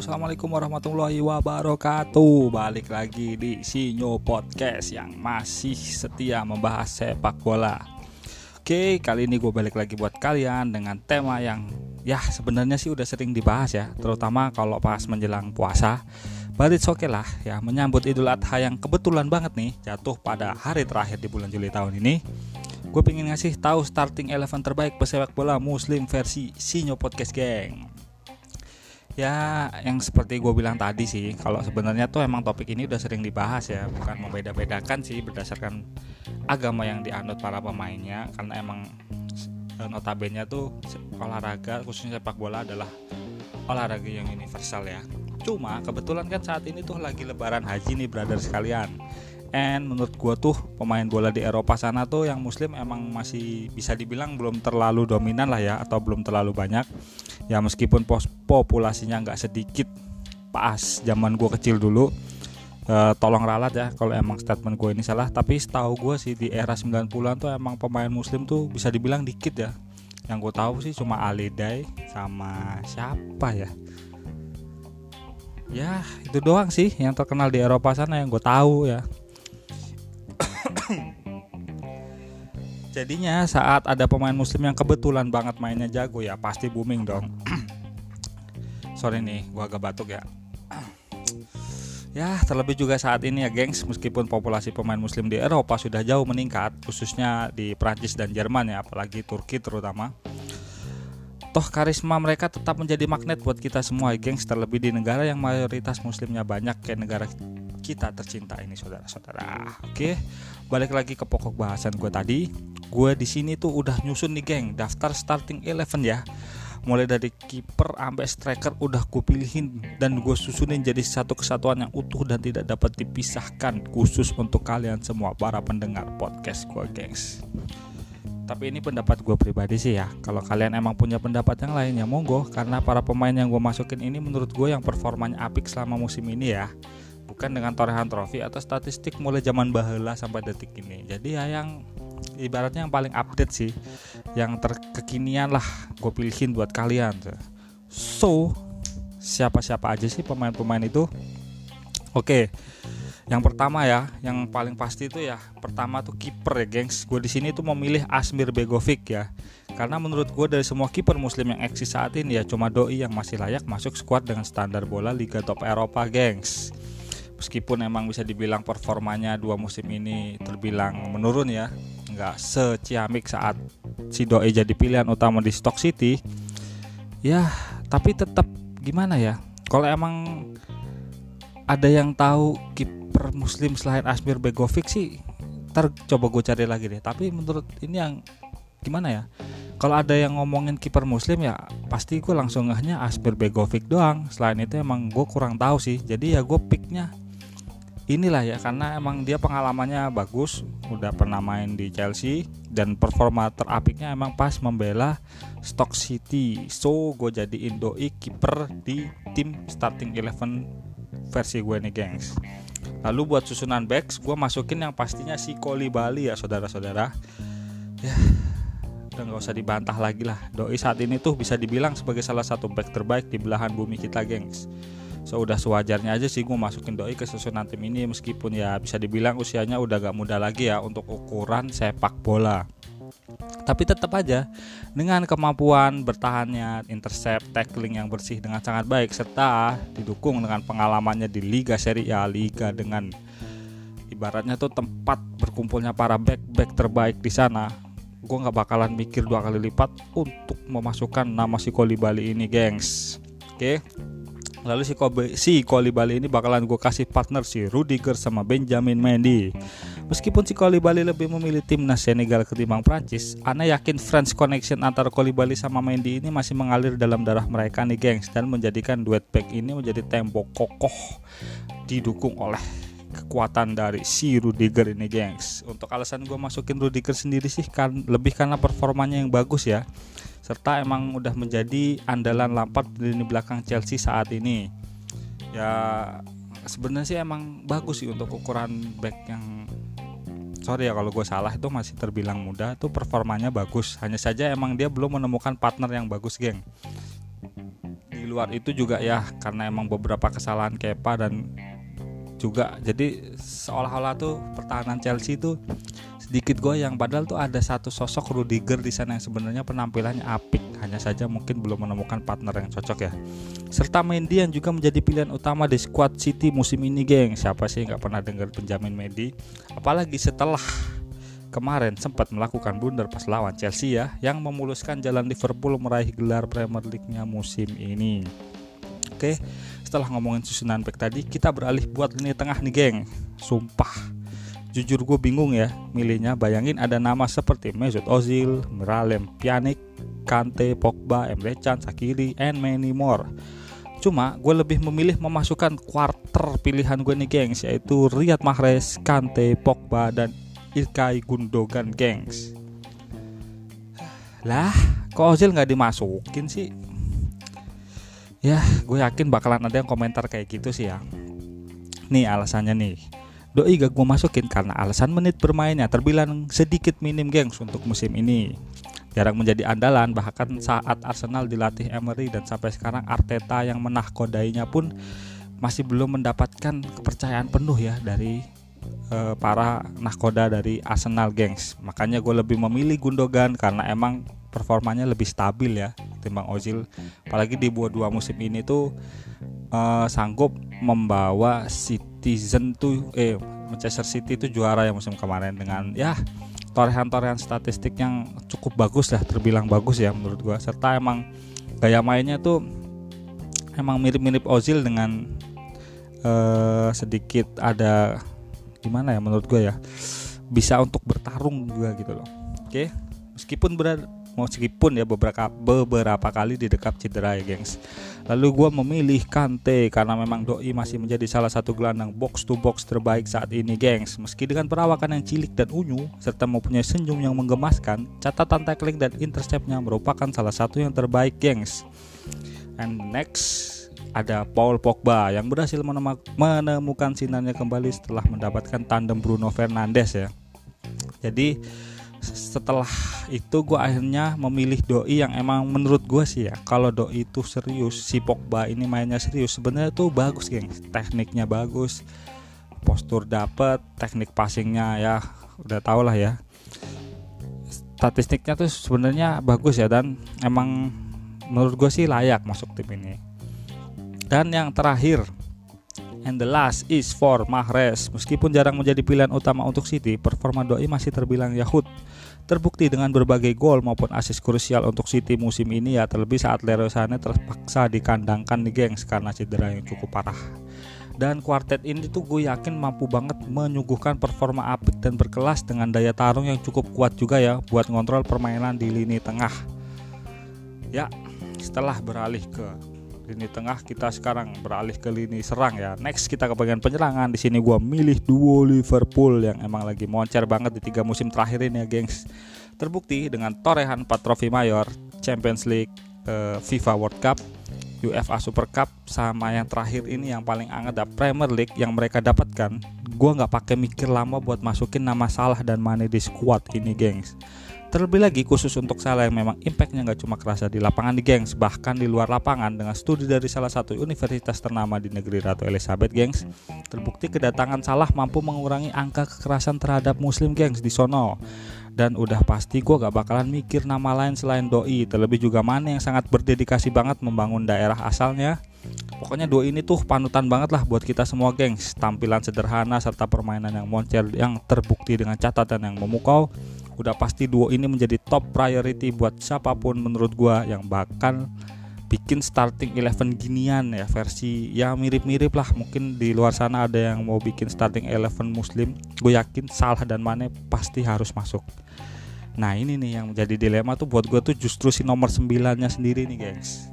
Assalamualaikum warahmatullahi wabarakatuh. Balik lagi di Sinyo Podcast yang masih setia membahas sepak bola. Oke, kali ini gue balik lagi buat kalian dengan tema yang sebenarnya sih udah sering dibahas ya, terutama kalau pas menjelang puasa. But it's okay lah ya, menyambut Idul Adha yang kebetulan banget nih jatuh pada hari terakhir di bulan Juli tahun ini. Gue pengen ngasih tahu starting 11 terbaik pesepak bola muslim versi Sinyo Podcast geng. Ya, yang seperti gue bilang tadi sih, kalau sebenarnya tuh emang topik ini udah sering dibahas ya, bukan membeda-bedakan sih berdasarkan agama yang dianut para pemainnya, karena emang notabene tuh olahraga khususnya sepak bola adalah olahraga yang universal ya. Cuma kebetulan kan saat ini tuh lagi lebaran haji nih brother sekalian. And menurut gue tuh pemain bola di Eropa sana tuh yang muslim emang masih bisa dibilang belum terlalu dominan lah ya, atau belum terlalu banyak. Ya meskipun populasinya gak sedikit pas zaman gue kecil dulu. Tolong ralat ya kalau emang statement gue ini salah. Tapi setahu gue sih di era 90-an tuh emang pemain muslim tuh bisa dibilang dikit ya. Yang gue tahu sih cuma Ali Day sama siapa ya. Ya itu doang sih yang terkenal di Eropa sana yang gue tahu ya. Jadinya saat ada pemain muslim yang kebetulan banget mainnya jago ya pasti booming dong. Sorry nih, gua agak batuk ya. Ya terlebih juga saat ini ya gengs, meskipun populasi pemain muslim di Eropa sudah jauh meningkat, khususnya di Prancis dan Jerman ya, apalagi Turki terutama. Toh karisma mereka tetap menjadi magnet buat kita semua ya gengs, terlebih di negara yang mayoritas muslimnya banyak kayak negara kita tercinta ini saudara-saudara. Oke, balik lagi ke pokok bahasan gue tadi. Gue di sini tuh udah nyusun nih geng daftar starting 11 ya. Mulai dari kiper sampai striker udah gue pilihin dan gue susunin jadi satu kesatuan yang utuh dan tidak dapat dipisahkan, khusus untuk kalian semua para pendengar podcast gue gengs. Tapi ini pendapat gue pribadi sih ya. Kalau kalian emang punya pendapat yang lain ya monggo, karena para pemain yang gue masukin ini menurut gue yang performanya apik selama musim ini ya. Bukan dengan torehan trofi atau statistik mulai zaman baheula sampai detik ini. Jadi ya yang ibaratnya yang paling update sih, yang terkekinian lah gue pilihin buat kalian. So siapa-siapa aja sih pemain-pemain itu? Oke, yang pertama ya, yang paling pasti itu ya pertama tuh kiper ya gengs. Gue di sini tuh memilih Asmir Begovic ya, karena menurut gue dari semua kiper muslim yang eksis saat ini ya cuma doi yang masih layak masuk skuad dengan standar bola Liga Top Eropa gengs. Meskipun emang bisa dibilang performanya dua musim ini terbilang menurun ya, nggak seciamik saat si doi jadi pilihan utama di Stoke City. Ya, tapi tetap gimana ya? Kalau emang ada yang tahu kiper muslim selain Asmir Begovic sih, ntar coba gue cari lagi deh. Tapi menurut ini yang gimana ya? Kalau ada yang ngomongin kiper muslim ya pasti gue langsung ngehnya Asmir Begovic doang. Selain itu emang gue kurang tahu sih. Jadi ya gue picknya inilah ya, karena emang dia pengalamannya bagus, udah pernah main di Chelsea dan performa terapiknya emang pas membela Stoke City. So gue jadiin doi kiper di tim starting 11 versi gue nih gengs. Lalu buat susunan backs gue masukin yang pastinya si Koulibaly ya saudara-saudara. Ya udah gak usah dibantah lagi lah, doi saat ini tuh bisa dibilang sebagai salah satu back terbaik di belahan bumi kita gengs. So udah sewajarnya aja sih gue masukin doi ke susunan tim ini, meskipun ya bisa dibilang usianya udah gak muda lagi ya untuk ukuran sepak bola. Tapi tetap aja dengan kemampuan bertahannya, intercept, tackling yang bersih dengan sangat baik, serta didukung dengan pengalamannya di Liga Serie A, liga dengan ibaratnya tuh tempat berkumpulnya para back terbaik di sana, gue gak bakalan mikir dua kali lipat untuk memasukkan nama si Koulibaly ini gengs. Oke. Lalu si Koulibaly ini bakalan gue kasih partner si Rudiger sama Benjamin Mendy. Meskipun si Koulibaly lebih memilih timnas Senegal ketimbang Prancis, Ana yakin French connection antara Koulibaly sama Mendy ini masih mengalir dalam darah mereka nih gengs, dan menjadikan duet back ini menjadi tembok kokoh didukung oleh kekuatan dari si Rudiger ini gengs. Untuk alasan gue masukin Rudiger sendiri sih lebih karena performanya yang bagus ya, serta emang udah menjadi andalan Lampard di lini belakang Chelsea saat ini. Ya sebenarnya sih emang bagus sih untuk ukuran back yang, sorry ya kalau gue salah, itu masih terbilang muda, tuh performanya bagus. Hanya saja emang dia belum menemukan partner yang bagus geng. Di luar itu juga ya karena emang beberapa kesalahan Kepa dan juga jadi seolah-olah tuh pertahanan Chelsea tuh sedikit goyang, padahal tuh ada satu sosok Rudiger di sana yang sebenarnya penampilannya apik, hanya saja mungkin belum menemukan partner yang cocok ya. Serta Mendy yang juga menjadi pilihan utama di skuad City musim ini, geng. Siapa sih nggak pernah dengar Benjamin Mendy? Apalagi setelah kemarin sempat melakukan blunder pas lawan Chelsea ya, yang memuluskan jalan Liverpool meraih gelar Premier League-nya musim ini. Oke, setelah ngomongin susunan back tadi, kita beralih buat lini tengah nih, geng. Sumpah, jujur gue bingung ya milihnya. Bayangin ada nama seperti Mesut Ozil, Miralem Pjanic, Kante, Pogba, Emre Can, Shaqiri, and many more. Cuma gue lebih memilih memasukkan quarter pilihan gue nih, gengs, yaitu Riyad Mahrez, Kante, Pogba, dan Ilkay Gundogan, gengs. Lah, kok Ozil gak dimasukin sih? Ya, gue yakin bakalan ada yang komentar kayak gitu sih ya. Nih alasannya nih, doi gak gue masukin karena alasan menit bermainnya terbilang sedikit minim, gengs, untuk musim ini. Jarang menjadi andalan, bahkan saat Arsenal dilatih Emery dan sampai sekarang Arteta yang menahkodainya pun masih belum mendapatkan kepercayaan penuh ya dari para nahkoda dari Arsenal, gengs. Makanya gue lebih memilih Gundogan karena emang performanya lebih stabil ya ketimbang Ozil. Apalagi di dua musim ini tuh sanggup membawa Manchester City itu juara ya musim kemarin dengan ya torehan-torehan statistik yang cukup bagus lah, terbilang bagus ya menurut gue. Serta emang gaya mainnya tuh emang mirip-mirip Ozil dengan sedikit ada gimana ya menurut gue ya, bisa untuk bertarung juga gitu loh. Oke, meskipun ya beberapa kali didekap cedera ya, gengs. Lalu gue memilih Kante karena memang doi masih menjadi salah satu gelandang box to box terbaik saat ini, gengs. Meski dengan perawakan yang cilik dan unyu serta mempunyai senyum yang menggemaskan, catatan tackling dan interceptnya merupakan salah satu yang terbaik, gengs. And next ada Paul Pogba yang berhasil menemukan sinarnya kembali setelah mendapatkan tandem Bruno Fernandes ya. Jadi setelah itu gue akhirnya memilih doi yang emang menurut gue sih ya, kalau doi itu serius, si Pogba ini mainnya serius, sebenarnya tuh bagus, geng. Tekniknya bagus, postur dapet, teknik passingnya ya udah tau lah ya. Statistiknya tuh sebenarnya bagus ya, dan emang menurut gue sih layak masuk tim ini. Dan yang terakhir, and the last is for Mahrez. Meskipun jarang menjadi pilihan utama untuk City, performa doi masih terbilang yahut. Terbukti dengan berbagai gol maupun assist krusial untuk City musim ini ya, terlebih saat Leroy Sané terpaksa dikandangkan nih, gengs, karena cedera yang cukup parah. Dan kuartet ini tuh gue yakin mampu banget menyuguhkan performa apik dan berkelas dengan daya tarung yang cukup kuat juga ya buat ngontrol permainan di lini tengah. Ya, setelah beralih ke lini tengah, kita sekarang beralih ke lini serang ya. Next kita ke bagian penyerangan. Di sini gua milih duo Liverpool yang emang lagi moncer banget di 3 musim terakhir ini ya, gengs. Terbukti dengan torehan 4 trofi mayor, Champions League, FIFA World Cup, UEFA Super Cup, sama yang terakhir ini yang paling anget ada Premier League yang mereka dapatkan. Gua nggak pakai mikir lama buat masukin nama Salah dan Mane di squad ini, gengs. Terlebih lagi khusus untuk Salah yang memang impactnya gak cuma kerasa di lapangan di, gengs, bahkan di luar lapangan. Dengan studi dari salah satu universitas ternama di negeri Ratu Elizabeth, gengs, terbukti kedatangan Salah mampu mengurangi angka kekerasan terhadap muslim, gengs, di sono. Dan udah pasti gue gak bakalan mikir nama lain selain doi. Terlebih juga Mane yang sangat berdedikasi banget membangun daerah asalnya. Pokoknya doi ini tuh panutan banget lah buat kita semua, gengs. Tampilan sederhana serta permainan yang moncer yang terbukti dengan catatan yang memukau. Udah pasti duo ini menjadi top priority buat siapapun menurut gua yang bakal bikin starting 11 ginian ya, versi ya mirip-mirip lah. Mungkin di luar sana ada yang mau bikin starting 11 muslim. Gue yakin Salah dan Mane pasti harus masuk. Nah ini nih yang menjadi dilema tuh buat gua tuh justru si nomor 9-nya sendiri nih, gengs.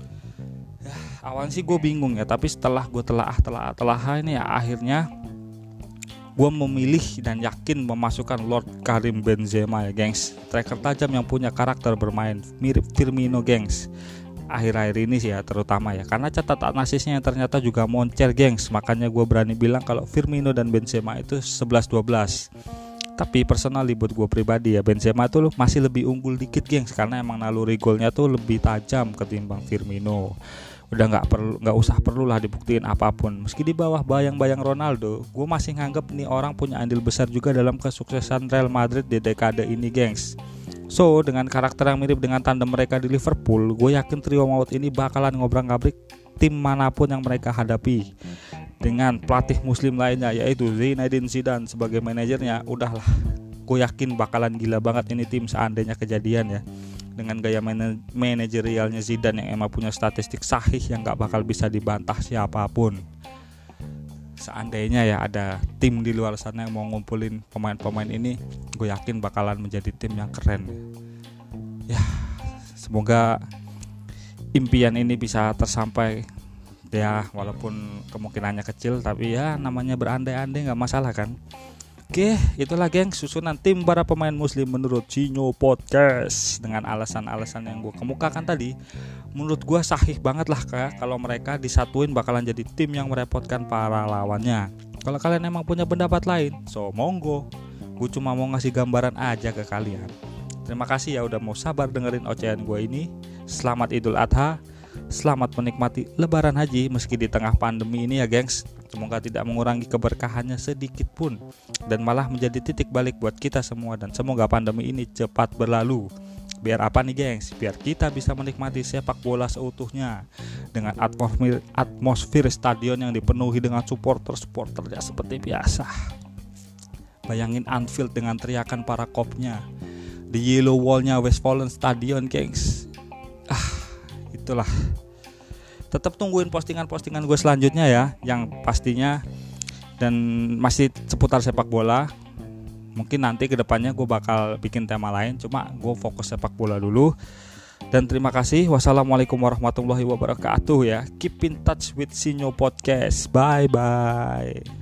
Awalnya sih gue bingung ya, tapi setelah gue telah ini ya akhirnya gue memilih dan yakin memasukkan Lord Karim Benzema ya, gengs. Striker tajam yang punya karakter bermain mirip Firmino, gengs. Akhir-akhir ini sih ya terutama ya, karena catatan asisnya yang ternyata juga moncer, gengs. Makanya gue berani bilang kalau Firmino dan Benzema itu 11-12. Tapi personally buat gue pribadi ya, Benzema tuh masih lebih unggul dikit, gengs, karena emang naluri golnya tuh lebih tajam ketimbang Firmino. Udah nggak usah perlulah dibuktiin apapun. Meski di bawah bayang-bayang Ronaldo, gue masih nganggep nih orang punya andil besar juga dalam kesuksesan Real Madrid di dekade ini, gengs. So, dengan karakter yang mirip dengan tandem mereka di Liverpool, gue yakin trio maut ini bakalan ngobrak-ngabrik tim manapun yang mereka hadapi. Dengan pelatih muslim lainnya yaitu Zinedine Zidane sebagai manajernya, udahlah, gue yakin bakalan gila banget ini tim seandainya kejadian ya. Dengan gaya manajerialnya Zidane yang emang punya statistik sahih yang gak bakal bisa dibantah siapapun. Seandainya ya ada tim di luar sana yang mau ngumpulin pemain-pemain ini, gue yakin bakalan menjadi tim yang keren. Ya, semoga impian ini bisa tersampai ya, walaupun kemungkinannya kecil, tapi ya namanya berandai-andai gak masalah kan. Oke, itulah geng susunan tim para pemain muslim menurut Sinyo Podcast. Dengan alasan-alasan yang gue kemukakan tadi, menurut gue sahih banget lah kalau mereka disatuin bakalan jadi tim yang merepotkan para lawannya. Kalau kalian emang punya pendapat lain, so monggo. Gue cuma mau ngasih gambaran aja ke kalian. Terima kasih ya udah mau sabar dengerin ocehan gue ini. Selamat Idul Adha. Selamat menikmati Lebaran Haji meski di tengah pandemi ini ya gengs. Semoga tidak mengurangi keberkahannya sedikit pun, dan malah menjadi titik balik buat kita semua. Dan semoga pandemi ini cepat berlalu. Biar apa nih gengs? Biar kita bisa menikmati sepak bola seutuhnya, dengan atmosfer stadion yang dipenuhi dengan supporter-supporternya seperti biasa. Bayangin Anfield dengan teriakan para kopnya, di yellow wallnya Westfalen Stadion gengs. Itulah. Tetap tungguin postingan-postingan gue selanjutnya ya, yang pastinya dan masih seputar sepak bola. Mungkin nanti kedepannya gue bakal bikin tema lain, cuma gue fokus sepak bola dulu. Dan terima kasih. Wassalamualaikum warahmatullahi wabarakatuh ya. Keep in touch with Sinyo Podcast. Bye bye.